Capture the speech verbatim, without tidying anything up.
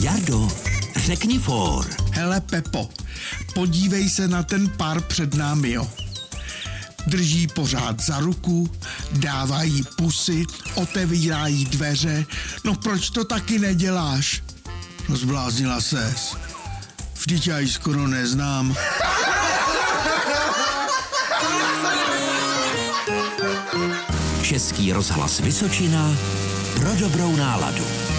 Jardo, řekni for. Hele Pepo, podívej se na ten pár před námi, jo. Drží pořád za ruku, dávají pusy, otevírají dveře. No proč to taky neděláš? No zbláznila ses. Vždyť já ji skoro neznám. Český rozhlas Vysočina pro dobrou náladu.